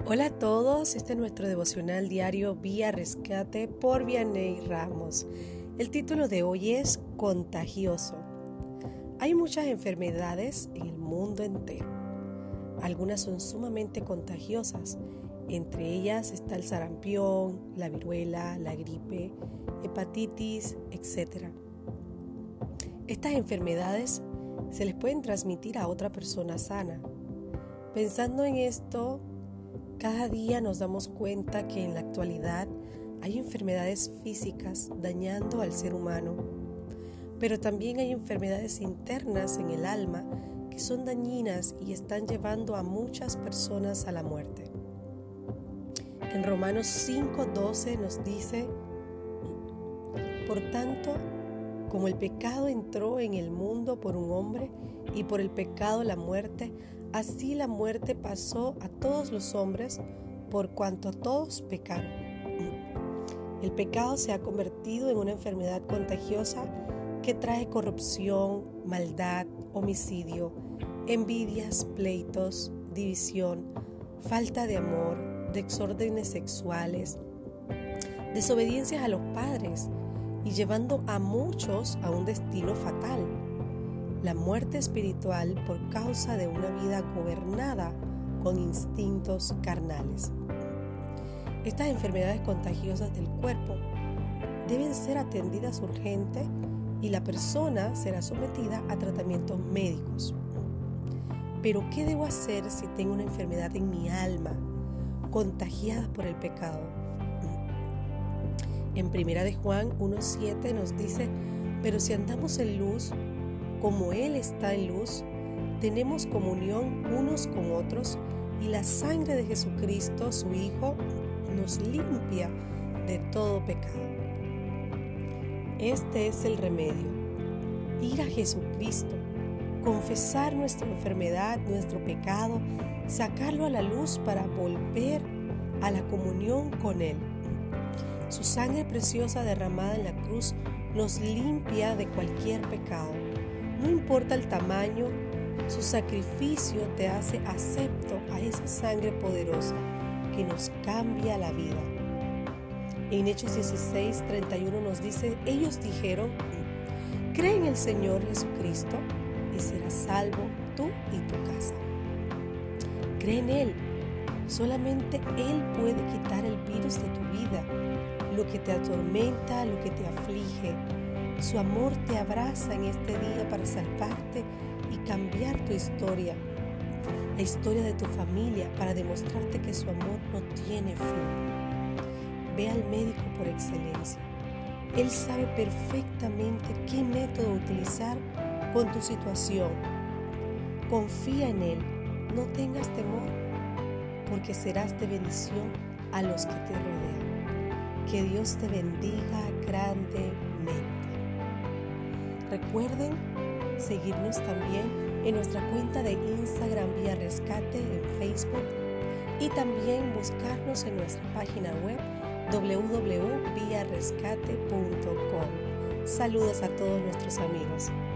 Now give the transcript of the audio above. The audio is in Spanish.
Hola a todos, este es nuestro devocional diario Vía Rescate por Vianney Ramos. El título de hoy es Contagioso. Hay muchas enfermedades en el mundo entero. Algunas son sumamente contagiosas. Entre ellas está el sarampión, la viruela, la gripe, hepatitis, etc. Estas enfermedades se les pueden transmitir a otra persona sana. Pensando en esto, cada día nos damos cuenta que en la actualidad hay enfermedades físicas dañando al ser humano, pero también hay enfermedades internas en el alma que son dañinas y están llevando a muchas personas a la muerte. En Romanos 5:12 nos dice: por tanto, como el pecado entró en el mundo por un hombre y por el pecado la muerte, así la muerte pasó a todos los hombres por cuanto todos pecaron. El pecado se ha convertido en una enfermedad contagiosa que trae corrupción, maldad, homicidio, envidias, pleitos, división, falta de amor, desórdenes sexuales, desobediencias a los padres y llevando a muchos a un destino fatal. La muerte espiritual por causa de una vida gobernada con instintos carnales. Estas enfermedades contagiosas del cuerpo deben ser atendidas urgente y la persona será sometida a tratamientos médicos. Pero ¿qué debo hacer si tengo una enfermedad en mi alma contagiada por el pecado? En 1 de Juan 1:7 nos dice: pero si andamos en luz, como Él está en luz, tenemos comunión unos con otros y la sangre de Jesucristo, su Hijo, nos limpia de todo pecado. Este es el remedio: ir a Jesucristo, confesar nuestra enfermedad, nuestro pecado, sacarlo a la luz para volver a la comunión con Él. Su sangre preciosa derramada en la cruz nos limpia de cualquier pecado. No importa el tamaño, su sacrificio te hace acepto a esa sangre poderosa que nos cambia la vida. En Hechos 16:31 nos dice: ellos dijeron, cree en el Señor Jesucristo y serás salvo tú y tu casa. Cree en Él. Solamente Él puede quitar el virus de tu vida, lo que te atormenta, lo que te aflige. Su amor te abraza en este día para salvarte y cambiar tu historia, la historia de tu familia, para demostrarte que su amor no tiene fin. Ve al médico por excelencia. Él sabe perfectamente qué método utilizar con tu situación. Confía en Él, no tengas temor, porque serás de bendición a los que te rodean. Que Dios te bendiga grandemente. Recuerden seguirnos también en nuestra cuenta de Instagram Vía Rescate, en Facebook, y también buscarnos en nuestra página web www.viarescate.com. Saludos a todos nuestros amigos.